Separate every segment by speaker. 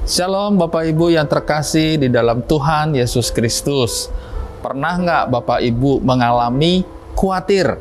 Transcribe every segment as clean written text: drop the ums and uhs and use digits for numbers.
Speaker 1: Shalom Bapak Ibu yang terkasih di dalam Tuhan Yesus Kristus. Pernah nggak Bapak Ibu mengalami khawatir?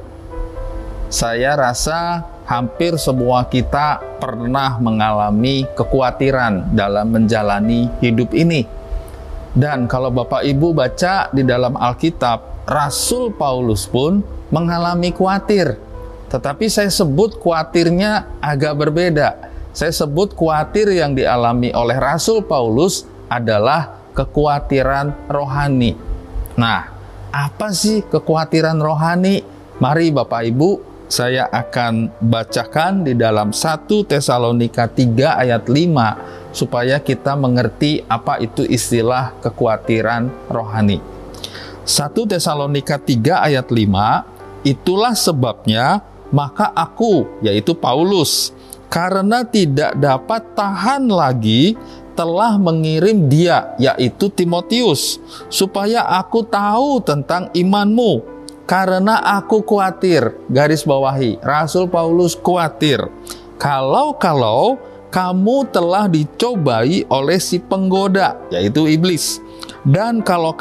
Speaker 1: Saya rasa hampir semua kita pernah mengalami kekhawatiran dalam menjalani hidup ini. Dan kalau Bapak Ibu baca di dalam Alkitab, Rasul Paulus pun mengalami khawatir. Tetapi saya sebut khawatirnya agak berbeda. Saya sebut khawatir yang dialami oleh Rasul Paulus adalah kekhawatiran rohani. Nah, apa sih kekhawatiran rohani? Mari Bapak Ibu, saya akan bacakan di dalam 1 Tesalonika 3 ayat 5 supaya kita mengerti apa itu istilah kekhawatiran rohani. 1 Tesalonika 3 ayat 5, itulah sebabnya maka aku, yaitu Paulus, karena tidak dapat tahan lagi, telah mengirim dia, yaitu Timotius, supaya aku tahu tentang imanmu. Karena aku khawatir, garis bawahi, Rasul Paulus khawatir, kalau kamu telah dicobai oleh si penggoda, yaitu iblis, dan kalau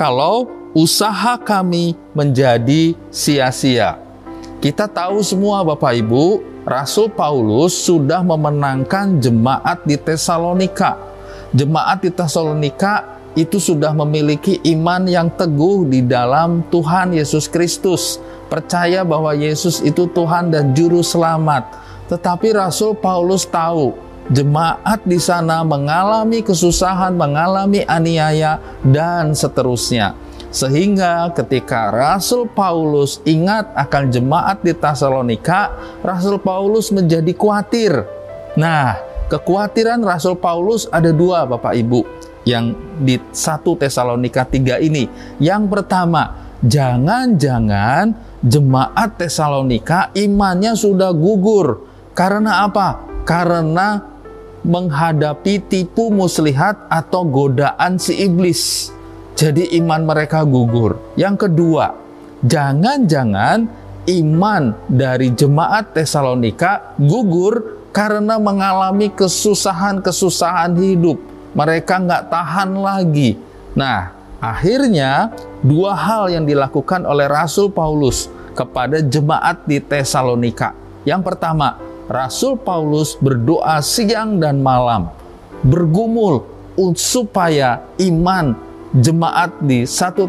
Speaker 1: usaha kami menjadi sia-sia. Kita tahu semua Bapak Ibu, Rasul Paulus sudah memenangkan jemaat di Tesalonika. Jemaat di Tesalonika itu sudah memiliki iman yang teguh di dalam Tuhan Yesus Kristus. Percaya bahwa Yesus itu Tuhan dan Juru Selamat. Tetapi Rasul Paulus tahu, jemaat di sana mengalami kesusahan, mengalami aniaya, dan seterusnya. Sehingga ketika Rasul Paulus ingat akan jemaat di Tesalonika, Rasul Paulus menjadi khawatir. Nah, kekhawatiran Rasul Paulus ada dua Bapak Ibu yang di 1 Tesalonika 3 ini. Yang pertama, jangan-jangan jemaat Tesalonika imannya sudah gugur. Karena apa? Karena menghadapi tipu muslihat atau godaan si iblis. Jadi iman mereka gugur. Yang kedua, jangan-jangan iman dari jemaat Tesalonika gugur karena mengalami kesusahan-kesusahan hidup. Mereka nggak tahan lagi. Nah, akhirnya dua hal yang dilakukan oleh Rasul Paulus kepada jemaat di Tesalonika. Yang pertama, Rasul Paulus berdoa siang dan malam, bergumul supaya iman jemaat di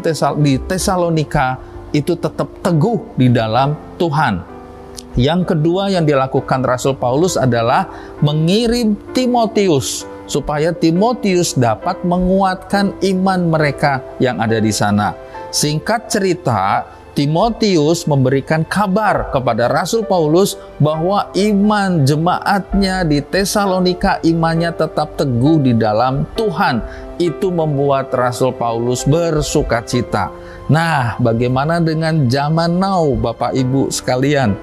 Speaker 1: Tesalonika itu tetap teguh di dalam Tuhan. Yang kedua yang dilakukan Rasul Paulus adalah mengirim Timotius supaya Timotius dapat menguatkan iman mereka yang ada di sana. Singkat cerita, Timotius memberikan kabar kepada Rasul Paulus bahwa iman jemaatnya di Tesalonika imannya tetap teguh di dalam Tuhan. Itu membuat Rasul Paulus bersukacita. Nah, bagaimana dengan zaman now Bapak Ibu sekalian?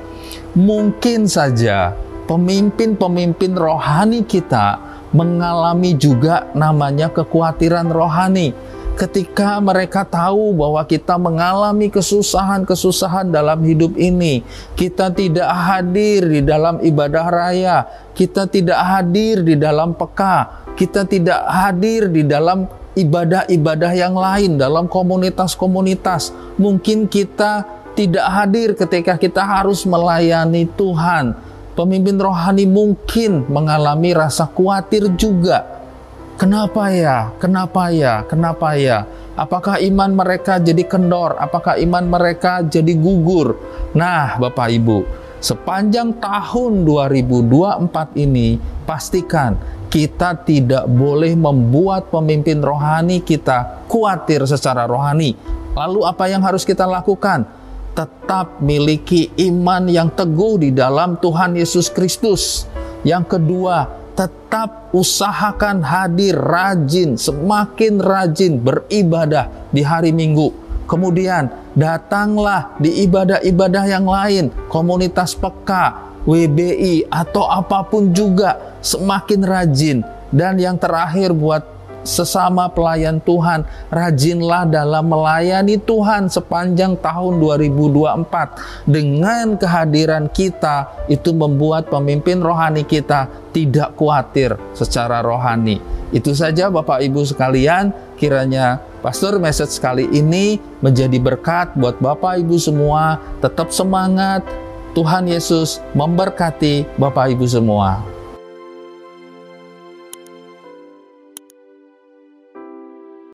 Speaker 1: Mungkin saja pemimpin-pemimpin rohani kita mengalami juga namanya kekhawatiran rohani. Ketika mereka tahu bahwa kita mengalami kesusahan-kesusahan dalam hidup ini, kita tidak hadir di dalam ibadah raya, kita tidak hadir di dalam peka, kita tidak hadir di dalam ibadah-ibadah yang lain, dalam komunitas-komunitas. Mungkin kita tidak hadir ketika kita harus melayani Tuhan. Pemimpin rohani mungkin mengalami rasa khawatir juga. Kenapa ya? Kenapa ya? Kenapa ya? Apakah iman mereka jadi kendor? Apakah iman mereka jadi gugur? Nah, Bapak Ibu, sepanjang tahun 2024 ini, pastikan kita tidak boleh membuat pemimpin rohani kita khawatir secara rohani. Lalu apa yang harus kita lakukan? Tetap miliki iman yang teguh di dalam Tuhan Yesus Kristus. Yang kedua, tetap usahakan hadir rajin, semakin rajin beribadah di hari Minggu. Kemudian datanglah di ibadah-ibadah yang lain, komunitas peka, WBI atau apapun juga, semakin rajin. Dan yang terakhir buat sesama pelayan Tuhan, rajinlah dalam melayani Tuhan sepanjang tahun 2024. Dengan kehadiran kita itu membuat pemimpin rohani kita tidak khawatir secara rohani. Itu saja Bapak Ibu sekalian, kiranya Pastor Message kali ini menjadi berkat buat Bapak Ibu semua. Tetap semangat, Tuhan Yesus memberkati Bapak Ibu semua.